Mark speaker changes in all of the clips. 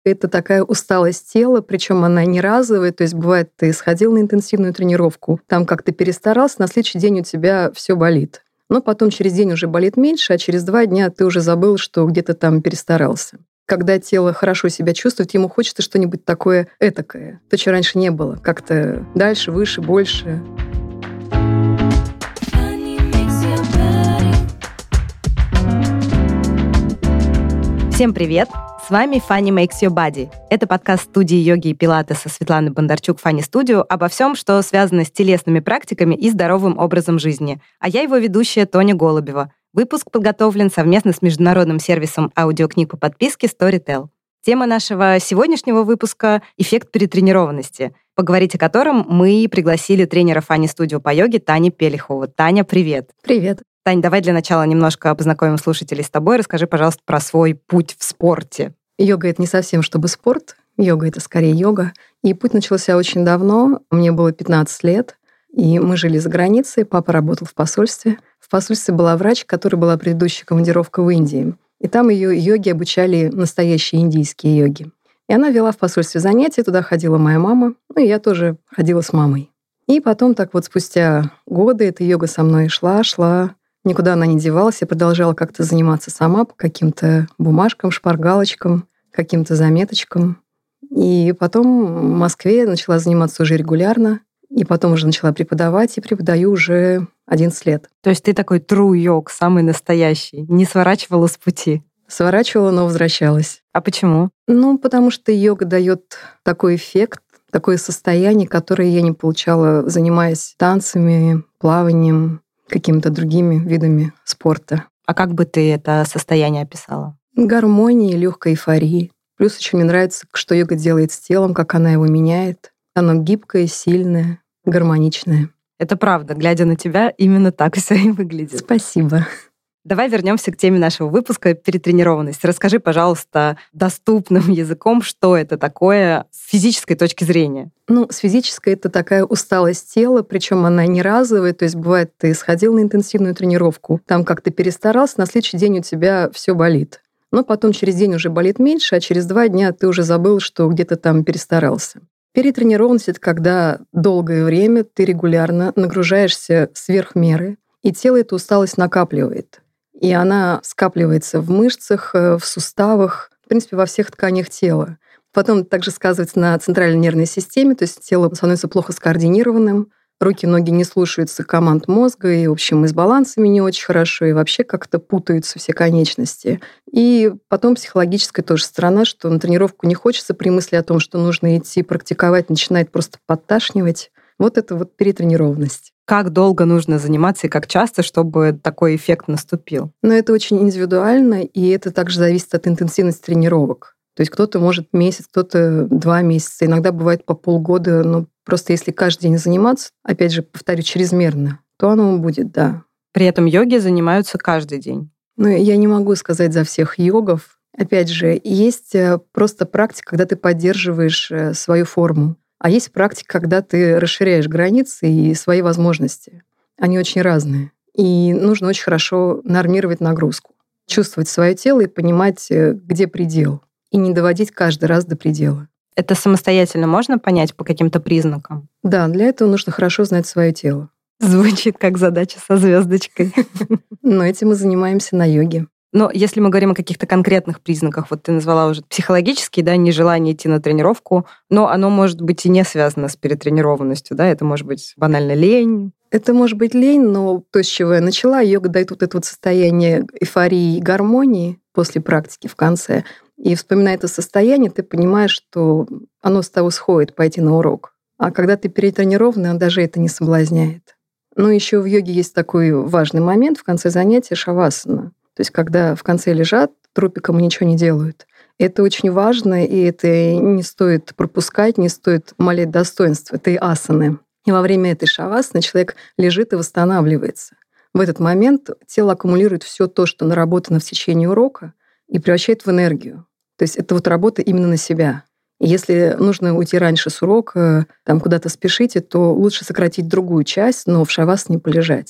Speaker 1: Это такая усталость тела, причем она не разовая. То есть бывает, ты сходил на интенсивную тренировку, там как-то перестарался, на следующий день у тебя все болит. Но потом через день уже болит меньше, а через 2 дня ты уже забыл, что где-то там перестарался. Когда тело хорошо себя чувствует, ему хочется что-нибудь такое этакое, то, чего раньше не было. Как-то дальше, выше, больше.
Speaker 2: Всем привет! С вами Funny Makes Your Body. Это подкаст студии йоги и пилатеса Светланы Бондарчук Funny Studio обо всем, что связано с телесными практиками и здоровым образом жизни. А я его ведущая Тоня Голубева. Выпуск подготовлен совместно с международным сервисом аудиокниг по подписке Storytel. Тема нашего сегодняшнего выпуска — эффект перетренированности, поговорить о котором мы пригласили тренера Funny Studio по йоге Таню Пелихову. Таня, привет!
Speaker 1: Привет!
Speaker 2: Тань, давай для начала немножко познакомим слушателей с тобой. Расскажи, пожалуйста, про свой путь в спорте.
Speaker 1: Йога — это не совсем чтобы спорт. Йога — это скорее йога. И путь начался очень давно. Мне было 15 лет, и мы жили за границей. Папа работал в посольстве. В посольстве была врач, которая была предыдущая командировка в Индии. И там ее йоги обучали настоящие индийские йоги. И она вела в посольстве занятия. Туда ходила моя мама. Ну, и я тоже ходила с мамой. И потом так вот спустя годы эта йога со мной шла. Никуда она не девалась, я продолжала как-то заниматься сама по каким-то бумажкам, шпаргалочкам, каким-то заметочкам. И потом в Москве я начала заниматься уже регулярно, и потом уже начала преподавать, и преподаю уже 11 лет.
Speaker 2: То есть ты такой true йог, самый настоящий, не сворачивала с пути?
Speaker 1: Сворачивала, но возвращалась.
Speaker 2: А почему?
Speaker 1: Потому что йога дает такой эффект, такое состояние, которое я не получала, занимаясь танцами, плаванием, какими-то другими видами спорта.
Speaker 2: А как бы ты это состояние описала?
Speaker 1: Гармонии, легкой эйфории. Плюс очень мне нравится, что йога делает с телом, как она его меняет. Оно гибкое, сильное, гармоничное.
Speaker 2: Это правда. Глядя на тебя, именно так все и выглядит.
Speaker 1: Спасибо.
Speaker 2: Давай вернемся к теме нашего выпуска — перетренированность. Расскажи, пожалуйста, доступным языком, что это такое с физической точки зрения.
Speaker 1: С физической это такая усталость тела, причем она не разовая. То есть бывает, ты сходил на интенсивную тренировку, там как-то перестарался, на следующий день у тебя все болит. Но потом через день уже болит меньше, а через 2 дня ты уже забыл, что где-то там перестарался. Перетренированность — это когда долгое время ты регулярно нагружаешься сверх меры, и тело эту усталость накапливает. И она скапливается в мышцах, в суставах, в принципе, во всех тканях тела. Потом это также сказывается на центральной нервной системе, то есть тело становится плохо скоординированным, руки, ноги не слушаются команд мозга, и, в общем, и с балансами не очень хорошо, и вообще как-то путаются все конечности. И потом психологическая тоже сторона, что на тренировку не хочется при мысли о том, что нужно идти практиковать, начинает просто подташнивать. Вот это вот перетренированность.
Speaker 2: Как долго нужно заниматься и как часто, чтобы такой эффект наступил?
Speaker 1: Это очень индивидуально, и это также зависит от интенсивности тренировок. То есть кто-то может месяц, кто-то 2 месяца, иногда бывает по полгода. Но просто если каждый день заниматься, опять же, повторю, чрезмерно, то оно будет, да.
Speaker 2: При этом йоги занимаются каждый день.
Speaker 1: Я не могу сказать за всех йогов. Опять же, есть просто практика, когда ты поддерживаешь свою форму. А есть практика, когда ты расширяешь границы и свои возможности. Они очень разные. И нужно очень хорошо нормировать нагрузку. Чувствовать свое тело и понимать, где предел. И не доводить каждый раз до предела.
Speaker 2: Это самостоятельно можно понять по каким-то признакам?
Speaker 1: Да, для этого нужно хорошо знать свое тело.
Speaker 2: Звучит как задача со звездочкой.
Speaker 1: Но этим мы занимаемся на йоге.
Speaker 2: Но если мы говорим о каких-то конкретных признаках, вот ты назвала уже психологические, да, нежелание идти на тренировку, но оно может быть и не связано с перетренированностью, да, это может быть банально лень.
Speaker 1: Это может быть лень, но то, с чего я начала, йога дает вот это вот состояние эйфории и гармонии после практики в конце. И вспоминая это состояние, ты понимаешь, что оно с того сходит пойти на урок. А когда ты перетренированный, даже это не соблазняет. Еще в йоге есть такой важный момент в конце занятия — шавасана. То есть когда в конце лежат, трупиком и ничего не делают. Это очень важно, и это не стоит пропускать, не стоит умалять достоинства этой асаны. И во время этой шавасаны человек лежит и восстанавливается. В этот момент тело аккумулирует все то, что наработано в течение урока, и превращает в энергию. То есть это вот работа именно на себя. И если нужно уйти раньше с урока, куда-то спешите, то лучше сократить другую часть, но в шавасане полежать.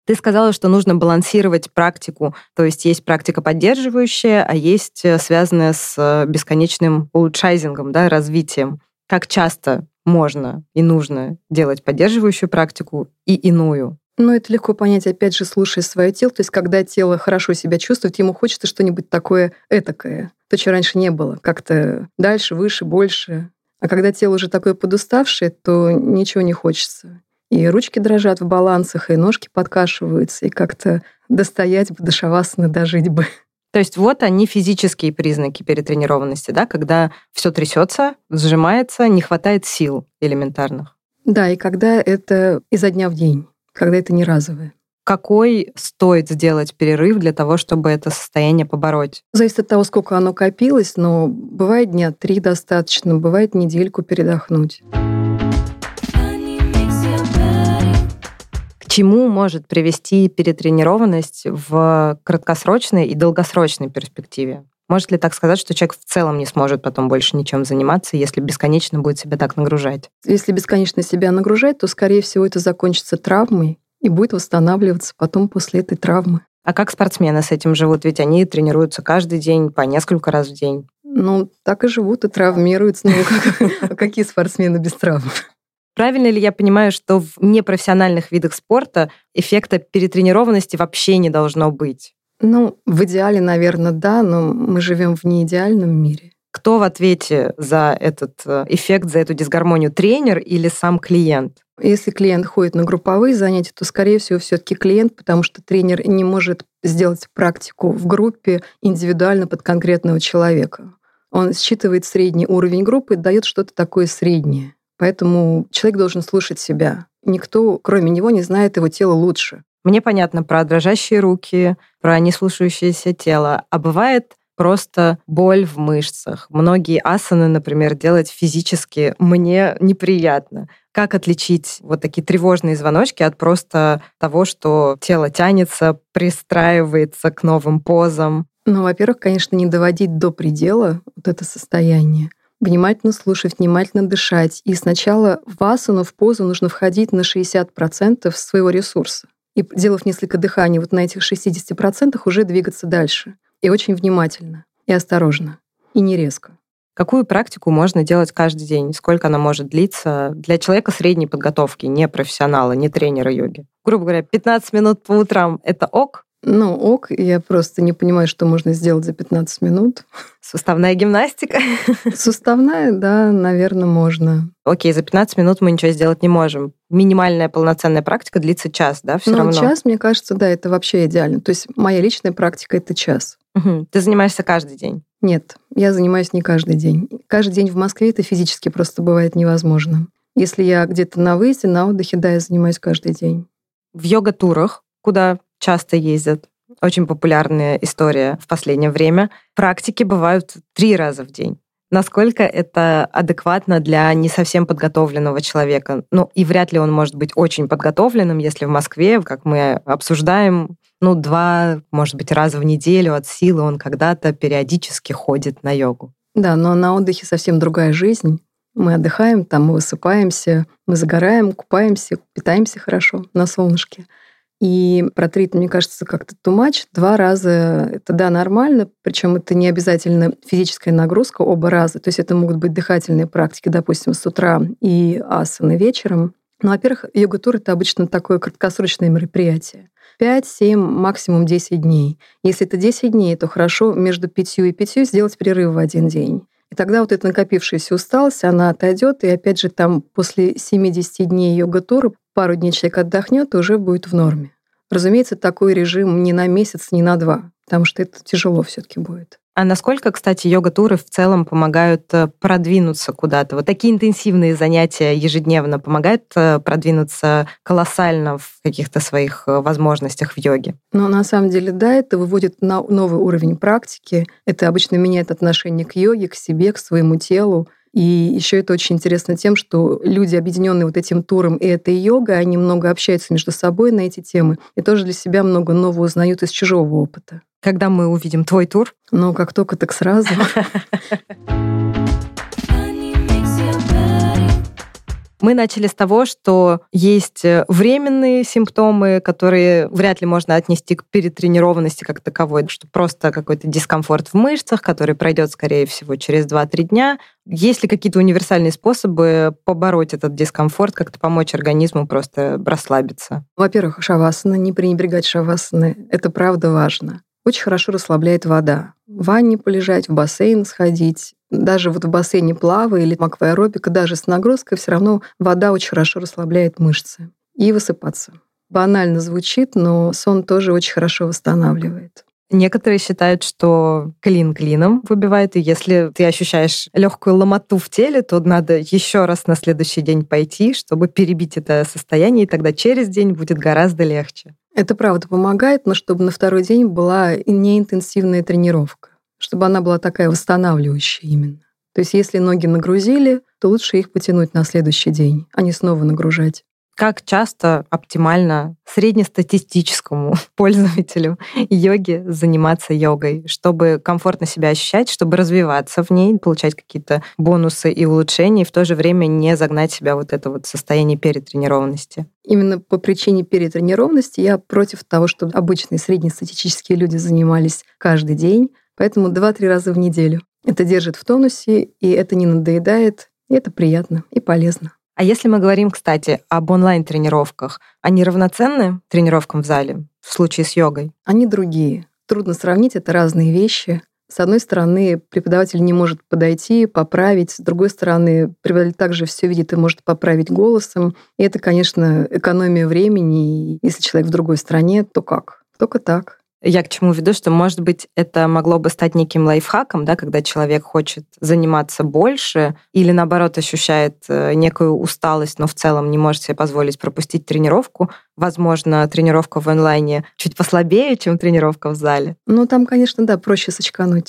Speaker 2: Ты сказала, что нужно балансировать практику. То есть практика поддерживающая, а есть связанная с бесконечным улучшайзингом, да, развитием. Как часто можно и нужно делать поддерживающую практику и иную?
Speaker 1: Ну, это легко понять, опять же, слушая свое тело. То есть, когда тело хорошо себя чувствует, ему хочется что-нибудь такое этакое. То, чего раньше не было. Как-то дальше, выше, больше. А когда тело уже такое подуставшее, то ничего не хочется. И ручки дрожат в балансах, и ножки подкашиваются, и как-то достоять бы, до шавасаны дожить бы.
Speaker 2: То есть вот они физические признаки перетренированности, да, когда все трясется, сжимается, не хватает сил элементарных.
Speaker 1: Да, и когда это изо дня в день, когда это не разовое.
Speaker 2: Какой стоит сделать перерыв для того, чтобы это состояние побороть?
Speaker 1: Зависит от того, сколько оно копилось, но бывает дня 3 достаточно, бывает недельку передохнуть.
Speaker 2: К чему может привести перетренированность в краткосрочной и долгосрочной перспективе? Может ли так сказать, что человек в целом не сможет потом больше ничем заниматься, если бесконечно будет себя так нагружать?
Speaker 1: Если бесконечно себя нагружать, то, скорее всего, это закончится травмой и будет восстанавливаться потом после этой травмы.
Speaker 2: А как спортсмены с этим живут? Ведь они тренируются каждый день, по несколько раз в день.
Speaker 1: Ну, так и живут, и травмируются. Какие спортсмены без травм?
Speaker 2: Правильно ли я понимаю, что в непрофессиональных видах спорта эффекта перетренированности вообще не должно быть?
Speaker 1: Ну, в идеале, наверное, да, но мы живем в неидеальном мире.
Speaker 2: Кто в ответе за этот эффект, за эту дисгармонию? Тренер или сам клиент?
Speaker 1: Если клиент ходит на групповые занятия, то, скорее всего, все-таки клиент, потому что тренер не может сделать практику в группе индивидуально под конкретного человека. Он считывает средний уровень группы и дает что-то такое среднее. Поэтому человек должен слушать себя. Никто, кроме него, не знает его тело лучше.
Speaker 2: Мне понятно про дрожащие руки, про неслушающееся тело. А бывает просто боль в мышцах. Многие асаны, например, делать физически мне неприятно. Как отличить вот такие тревожные звоночки от просто того, что тело тянется, пристраивается к новым позам?
Speaker 1: Ну, во-первых, конечно, не доводить до предела вот это состояние. Внимательно слушать, внимательно дышать. И сначала в асану, в позу нужно входить на 60% своего ресурса. И, сделав несколько дыханий вот на этих 60%, уже двигаться дальше. И очень внимательно, и осторожно, и не резко.
Speaker 2: Какую практику можно делать каждый день? Сколько она может длиться для человека средней подготовки, не профессионала, не тренера йоги? Грубо говоря, 15 минут по утрам — это ок?
Speaker 1: Ну, ок, я просто не понимаю, что можно сделать за 15 минут.
Speaker 2: Суставная гимнастика?
Speaker 1: Суставная, да, наверное, можно.
Speaker 2: Окей, за 15 минут мы ничего сделать не можем. Минимальная полноценная практика длится час, да, все равно?
Speaker 1: Час, мне кажется, да, это вообще идеально. То есть моя личная практика — это час.
Speaker 2: Угу. Ты занимаешься каждый день?
Speaker 1: Нет, я занимаюсь не каждый день. Каждый день в Москве это физически просто бывает невозможно. Если я где-то на выезде, на отдыхе, да, я занимаюсь каждый день.
Speaker 2: В йога-турах, куда часто ездят, очень популярная история в последнее время, практики бывают 3 раза в день. Насколько это адекватно для не совсем подготовленного человека? Ну, и вряд ли он может быть очень подготовленным, если в Москве, как мы обсуждаем, 2, может быть, раза в неделю от силы он когда-то периодически ходит на йогу. Да,
Speaker 1: но на отдыхе совсем другая жизнь. Мы отдыхаем, там мы высыпаемся, мы загораем, купаемся, питаемся хорошо на солнышке. И про 3, мне кажется, как-то too much. 2 раза — это, да, нормально, причем это не обязательно физическая нагрузка оба раза. То есть это могут быть дыхательные практики, допустим, с утра и асаны вечером. Но, во-первых, йога-тур — это обычно такое краткосрочное мероприятие. 5, 7, максимум 10 дней. Если это 10 дней, то хорошо между 5 и 5 сделать перерыв в 1 день. И тогда вот эта накопившаяся усталость, она отойдет, и опять же там после 70 дней йога-тура пару дней человек отдохнет и уже будет в норме. Разумеется, такой режим не на месяц, не на 2, потому что это тяжело все-таки будет.
Speaker 2: А насколько, кстати, йога-туры в целом помогают продвинуться куда-то? Вот такие интенсивные занятия ежедневно помогают продвинуться колоссально в каких-то своих возможностях в йоге?
Speaker 1: Ну, на самом деле, да, это выводит на новый уровень практики. Это обычно меняет отношение к йоге, к себе, к своему телу. И еще это очень интересно тем, что люди, объединенные вот этим туром и этой йогой, они много общаются между собой на эти темы и тоже для себя много нового узнают из чужого опыта.
Speaker 2: Когда мы увидим твой тур?
Speaker 1: Ну, как только, так сразу.
Speaker 2: Мы начали с того, что есть временные симптомы, которые вряд ли можно отнести к перетренированности как таковой, что просто какой-то дискомфорт в мышцах, который пройдет, скорее всего, через 2-3 дня. Есть ли какие-то универсальные способы побороть этот дискомфорт, как-то помочь организму просто расслабиться?
Speaker 1: Во-первых, шавасана, не пренебрегать шавасаны, это правда важно. Очень хорошо расслабляет вода. В ванне полежать, в бассейн сходить. Даже вот в бассейне плавая или акваэробика, даже с нагрузкой, все равно вода очень хорошо расслабляет мышцы. И высыпаться. Банально звучит, но сон тоже очень хорошо восстанавливает.
Speaker 2: Некоторые считают, что клин клином выбивает, и если ты ощущаешь легкую ломоту в теле, то надо еще раз на следующий день пойти, чтобы перебить это состояние, и тогда через день будет гораздо легче.
Speaker 1: Это правда помогает, но чтобы на второй день была неинтенсивная тренировка, чтобы она была такая восстанавливающая именно. То есть если ноги нагрузили, то лучше их потянуть на следующий день, а не снова нагружать.
Speaker 2: Как часто оптимально среднестатистическому пользователю йоги заниматься йогой, чтобы комфортно себя ощущать, чтобы развиваться в ней, получать какие-то бонусы и улучшения, и в то же время не загнать себя вот это вот состояние перетренированности?
Speaker 1: Именно по причине перетренированности я против того, чтобы обычные среднестатистические люди занимались каждый день, поэтому 2-3 раза в неделю. Это держит в тонусе, и это не надоедает, и это приятно и полезно.
Speaker 2: А если мы говорим, кстати, об онлайн-тренировках, они равноценны тренировкам в зале в случае с йогой?
Speaker 1: Они другие. Трудно сравнить, это разные вещи. С одной стороны, преподаватель не может подойти, поправить. С другой стороны, преподаватель также все видит и может поправить голосом. И это, конечно, экономия времени. И если человек в другой стране, то как? Только так.
Speaker 2: Я к чему веду, что, может быть, это могло бы стать неким лайфхаком, да, когда человек хочет заниматься больше или, наоборот, ощущает некую усталость, но в целом не может себе позволить пропустить тренировку. Возможно, тренировка в онлайне чуть послабее, чем тренировка в зале.
Speaker 1: Ну, там, конечно, да, проще сочкануть.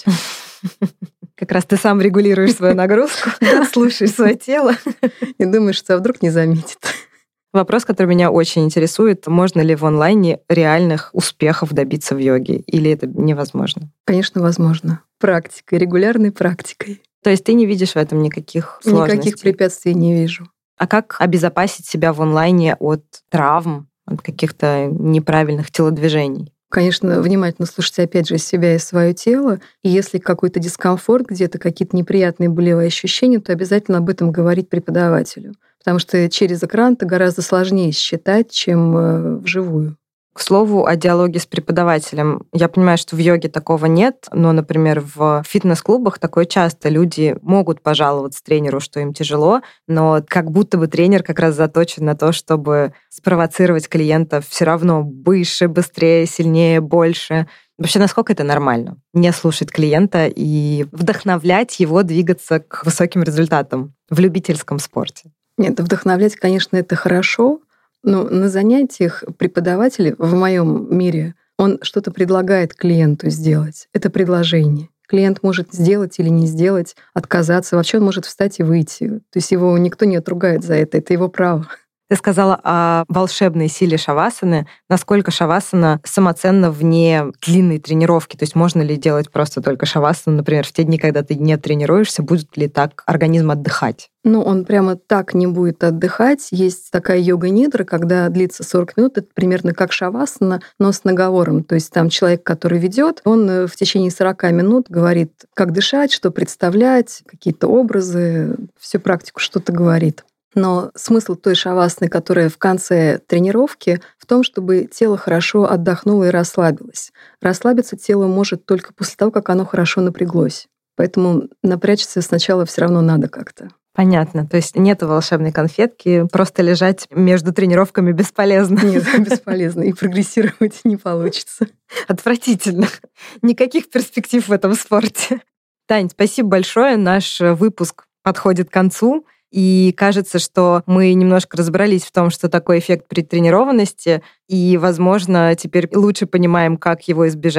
Speaker 2: Как раз ты сам регулируешь свою нагрузку, слушаешь свое тело.
Speaker 1: И думаешь, что вдруг не заметит.
Speaker 2: Вопрос, который меня очень интересует, можно ли в онлайне реальных успехов добиться в йоге, или это невозможно?
Speaker 1: Конечно, возможно. Практикой, регулярной практикой.
Speaker 2: То есть ты не видишь в этом никаких сложностей?
Speaker 1: Никаких препятствий не вижу.
Speaker 2: А как обезопасить себя в онлайне от травм, от каких-то неправильных телодвижений?
Speaker 1: Конечно, внимательно слушать, опять же, себя и свое тело. И если какой-то дискомфорт, где-то какие-то неприятные болевые ощущения, то обязательно об этом говорить преподавателю. Потому что через экран это гораздо сложнее считать, чем вживую.
Speaker 2: К слову, о диалоге с преподавателем. Я понимаю, что в йоге такого нет, но, например, в фитнес-клубах такое часто. Люди могут пожаловаться тренеру, что им тяжело, но как будто бы тренер как раз заточен на то, чтобы спровоцировать клиента все равно выше, быстрее, сильнее, больше. Вообще, насколько это нормально? Не слушать клиента и вдохновлять его двигаться к высоким результатам в любительском спорте.
Speaker 1: Нет, вдохновлять, конечно, это хорошо, но на занятиях преподаватель в моем мире, он что-то предлагает клиенту сделать. Это предложение. Клиент может сделать или не сделать, отказаться. Вообще он может встать и выйти. То есть его никто не отругает за это. Это его право.
Speaker 2: Ты сказала о волшебной силе шавасаны. Насколько шавасана самоценна вне длинной тренировки? То есть можно ли делать просто только шавасану, например, в те дни, когда ты не тренируешься, будет ли так организм отдыхать?
Speaker 1: Ну, он прямо так не будет отдыхать. Есть такая йога-нидра, когда длится 40 минут. Это примерно как шавасана, но с наговором. То есть там человек, который ведет, он в течение 40 минут говорит, как дышать, что представлять, какие-то образы, всю практику что-то говорит. Но смысл той шавасаны, которая в конце тренировки, в том, чтобы тело хорошо отдохнуло и расслабилось. Расслабиться тело может только после того, как оно хорошо напряглось. Поэтому напрячься сначала все равно надо как-то.
Speaker 2: Понятно. То есть нет волшебной конфетки, просто лежать между тренировками бесполезно.
Speaker 1: Нет, бесполезно. И прогрессировать не получится.
Speaker 2: Отвратительно. Никаких перспектив в этом спорте. Тань, спасибо большое. Наш выпуск подходит к концу. И кажется, что мы немножко разобрались в том, что такое эффект предтренированности, и, возможно, теперь лучше понимаем, как его избежать.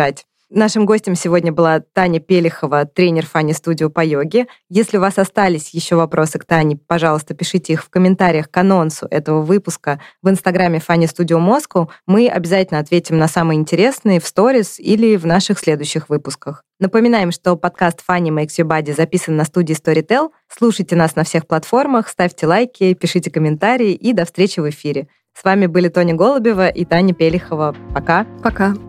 Speaker 2: Нашим гостем сегодня была Таня Пелихова, тренер Funny Studio по йоге. Если у вас остались еще вопросы к Тане, пожалуйста, пишите их в комментариях к анонсу этого выпуска в инстаграме Funny Studio Moscow. Мы обязательно ответим на самые интересные в сторис или в наших следующих выпусках. Напоминаем, что подкаст Funny Makes Your Body записан на студии Storytel. Слушайте нас на всех платформах, ставьте лайки, пишите комментарии и до встречи в эфире. С вами были Тоня Голубева и Таня Пелихова. Пока.
Speaker 1: Пока.